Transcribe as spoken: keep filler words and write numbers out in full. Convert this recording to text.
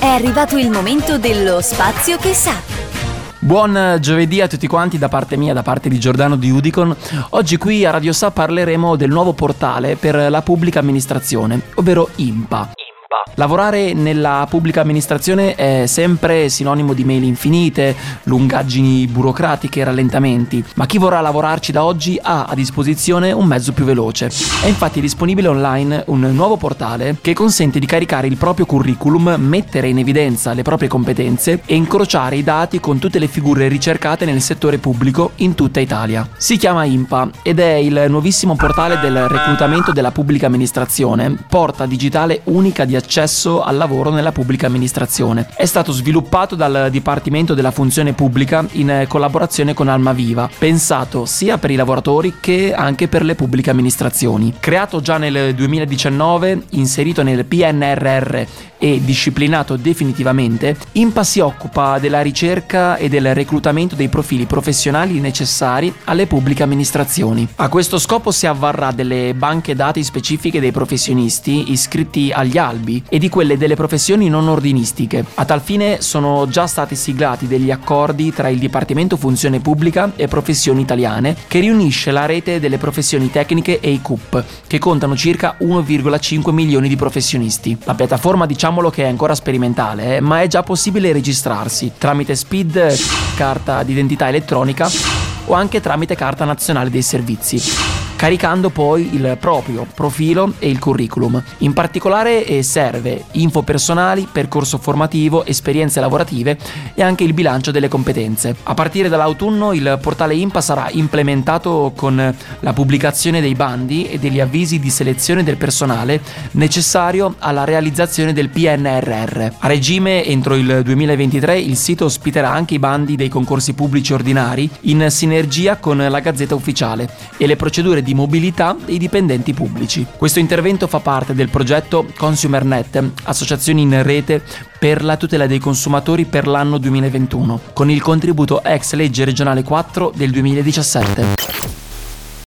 È arrivato il momento dello spazio che sa. Buon giovedì a tutti quanti da parte mia, da parte di Giordano di Udicon. Oggi qui a Radio Sa parleremo del nuovo portale per la pubblica amministrazione, ovvero I N P A. Lavorare nella pubblica amministrazione è sempre sinonimo di mail infinite, lungaggini burocratiche e rallentamenti, ma chi vorrà lavorarci da oggi ha a disposizione un mezzo più veloce. È infatti disponibile online un nuovo portale che consente di caricare il proprio curriculum, mettere in evidenza le proprie competenze e incrociare i dati con tutte le figure ricercate nel settore pubblico in tutta Italia. Si chiama I N P A ed è il nuovissimo portale del reclutamento della pubblica amministrazione, porta digitale unica di accesso al lavoro nella pubblica amministrazione. È stato sviluppato dal Dipartimento della Funzione Pubblica in collaborazione con Almaviva, pensato sia per i lavoratori che anche per le pubbliche amministrazioni. Creato già nel duemiladiciannove, inserito nel P N R R e disciplinato definitivamente, I N P A si occupa della ricerca e del reclutamento dei profili professionali necessari alle pubbliche amministrazioni. A questo scopo si avvarrà delle banche dati specifiche dei professionisti iscritti agli albi e di quelle delle professioni non ordinistiche. A tal fine sono già stati siglati degli accordi tra il Dipartimento Funzione Pubblica e Professioni Italiane, che riunisce la rete delle professioni tecniche e i C U P, che contano circa uno virgola cinque milioni di professionisti. La piattaforma, diciamolo che è ancora sperimentale, eh, ma è già possibile registrarsi tramite S P I D, carta d'identità elettronica o anche tramite carta nazionale dei servizi, caricando poi il proprio profilo e il curriculum. In particolare eh, serve info personali, percorso formativo, esperienze lavorative e anche il bilancio delle competenze. A partire dall'autunno il portale I N P A sarà implementato con la pubblicazione dei bandi e degli avvisi di selezione del personale necessario alla realizzazione del P N R R. A regime, entro il duemilaventitré, il sito ospiterà anche i bandi dei concorsi pubblici ordinari in sinergia con la Gazzetta Ufficiale e le procedure di mobilità dei dipendenti pubblici. Questo intervento fa parte del progetto ConsumerNet, associazioni in rete per la tutela dei consumatori per l'anno duemilaventuno, con il contributo ex legge regionale quattro del duemiladiciassette.